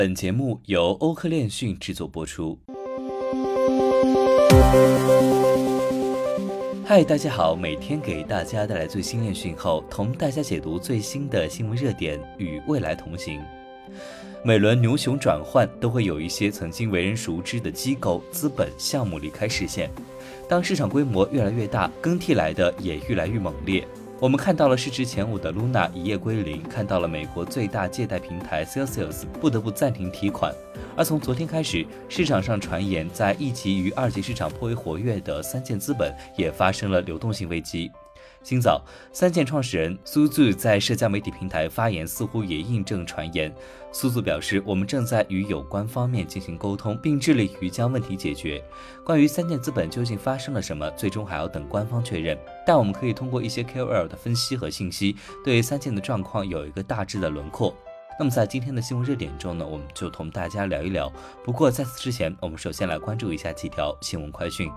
本节目由欧科链讯制作播出。嗨，大家好，每天给大家带来最新链讯后，同大家解读最新的新闻热点，与未来同行。每轮牛熊转换都会有一些曾经为人熟知的机构、资本、项目离开视线。当市场规模越来越大，更替来的也越来越猛烈。我们看到了市值前5的 Luna 一夜归零，看到了美国最大借贷平台 Celsius 不得不暂停提款。而从昨天开始，市场上传言在一级与二级市场颇为活跃的三箭资本也发生了流动性危机。今早，三箭创始人苏祖在社交媒体平台发言，似乎也印证传言。苏祖表示，我们正在与有关方面进行沟通，并致力于将问题解决。关于三箭资本究竟发生了什么，最终还要等官方确认。但我们可以通过一些 KOL 的分析和信息，对三箭的状况有一个大致的轮廓。那么在今天的新闻热点中呢，我们就同大家聊一聊。不过在此之前，我们首先来关注一下几条新闻快讯。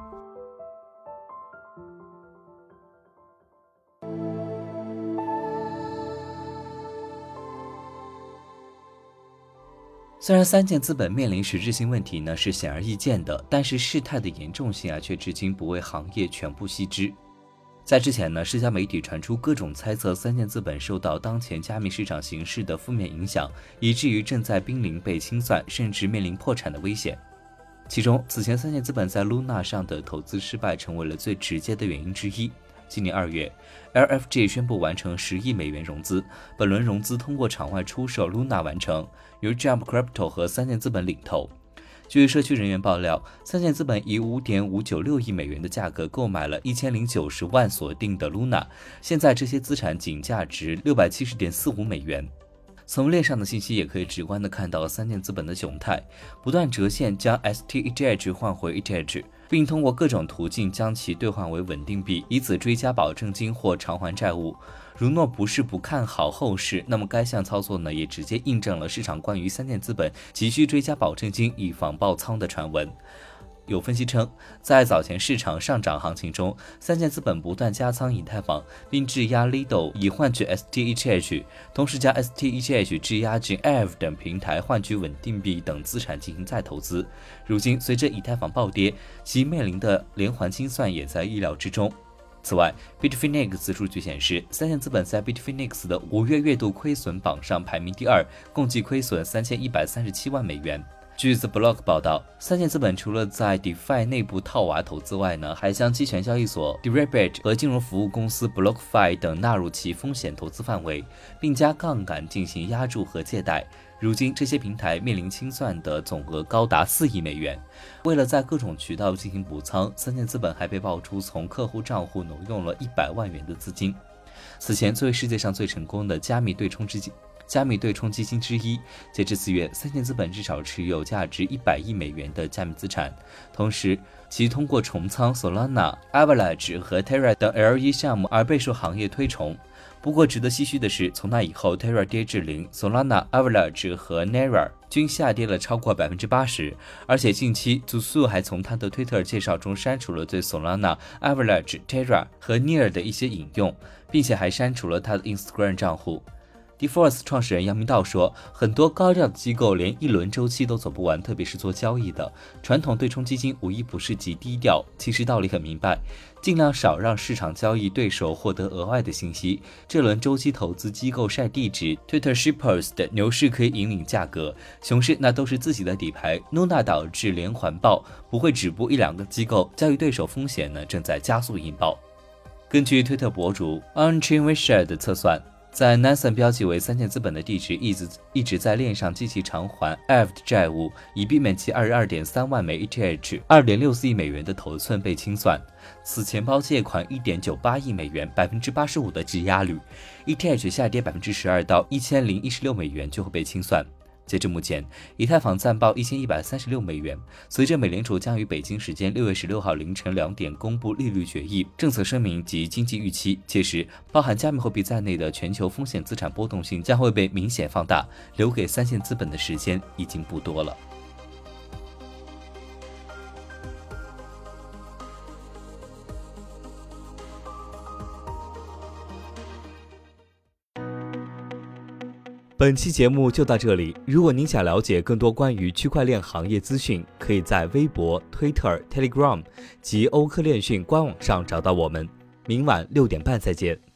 虽然三箭资本面临实质性问题呢是显而易见的，但是事态的严重性却至今不为行业全部悉知。在之前呢，社交媒体传出各种猜测，三箭资本受到当前加密市场形势的负面影响，以至于正在濒临被清算，甚至面临破产的危险。其中，此前三箭资本在 Luna 上的投资失败成为了最直接的原因之一。今年2月 ，LFG 宣布完成10亿美元融资，本轮融资通过场外出售 Luna 完成，由 Jump Crypto 和三箭资本领投。据社区人员爆料，三箭资本以5.596亿美元的价格购买了1090万锁定的 Luna， 现在这些资产仅价值670.45美元。从链上的信息也可以直观地看到三箭资本的窘态，不断折现将 STETH 换回 ETH， 并通过各种途径将其兑换为稳定币，以此追加保证金或偿还债务。如若不是不看好后市，那么该项操作呢也直接印证了市场关于三箭资本急需追加保证金以防爆仓的传闻。有分析称，在早前市场上涨行情中，三箭资本不断加仓以太坊，并质押 Lido 以换取 STETH， 同时将 STETH 质押进 Aave 等平台换取稳定币等资产进行再投资。如今，随着以太坊暴跌，其面临的连环清算也在意料之中。此外 Bitfinex 数据显示，三箭资本在 Bitfinex 的5月月度亏损榜上排名第2，共计亏损3137万美元。据 The Block 报道，三箭资本除了在 DeFi 内部套娃投资外呢，还将期权交易所 Deribit 和金融服务公司 BlockFi 等纳入其风险投资范围，并加杠杆进行押注和借贷。如今这些平台面临清算的总额高达4亿美元。为了在各种渠道进行补仓，三箭资本还被爆出从客户账户挪用了100万元的资金。此前作为世界上最成功的加密对冲基金之一，截至4月，三箭资本至少持有价值100亿美元的加密资产。同时，其通过重仓 Solana、Avalanche 和 Terra 等 L1 项目而备受行业推崇。不过值得唏嘘的是，从那以后 Terra 跌至0， Solana、Avalanche 和 Near 均下跌了超过 80%， 而且近期祖素还从他的推特介绍中删除了对 Solana、Avalanche、Terra 和 Near 的一些引用，并且还删除了他的 Instagram 账户。DeForce 创始人杨明道说，很多高调的机构连一轮周期都走不完，特别是做交易的传统对冲基金无一不是极低调。其实道理很明白，尽量少让市场交易对手获得额外的信息。这轮周期投资机构晒地址 Twitter shitpost 的牛市可以引领价格，熊市那都是自己的底牌。 Luna 导致连环爆，不会止步1-2个机构，交易对手风险呢正在加速引爆。根据推特博主 OnChainWizard 的测算，在 Nansen 标记为三箭资本的地址一直在链上积极偿还 Aave 的债务，以避免其22.3万枚 ETH 2.64亿美元的头寸被清算。此钱包借款1.98亿美元，85%的质押率 ，ETH 下跌12%到1016美元就会被清算。截至目前，以太坊暂报1136美元。随着美联储将于北京时间6月16号凌晨2点公布利率决议、政策声明及经济预期，届时包含加密货币在内的全球风险资产波动性将会被明显放大，留给三箭资本的时间已经不多了。 本期节目就到这里，如果您想了解更多关于区块链行业资讯，可以在微博、Twitter、Telegram 及欧科链讯官网上找到我们。明晚6点半再见。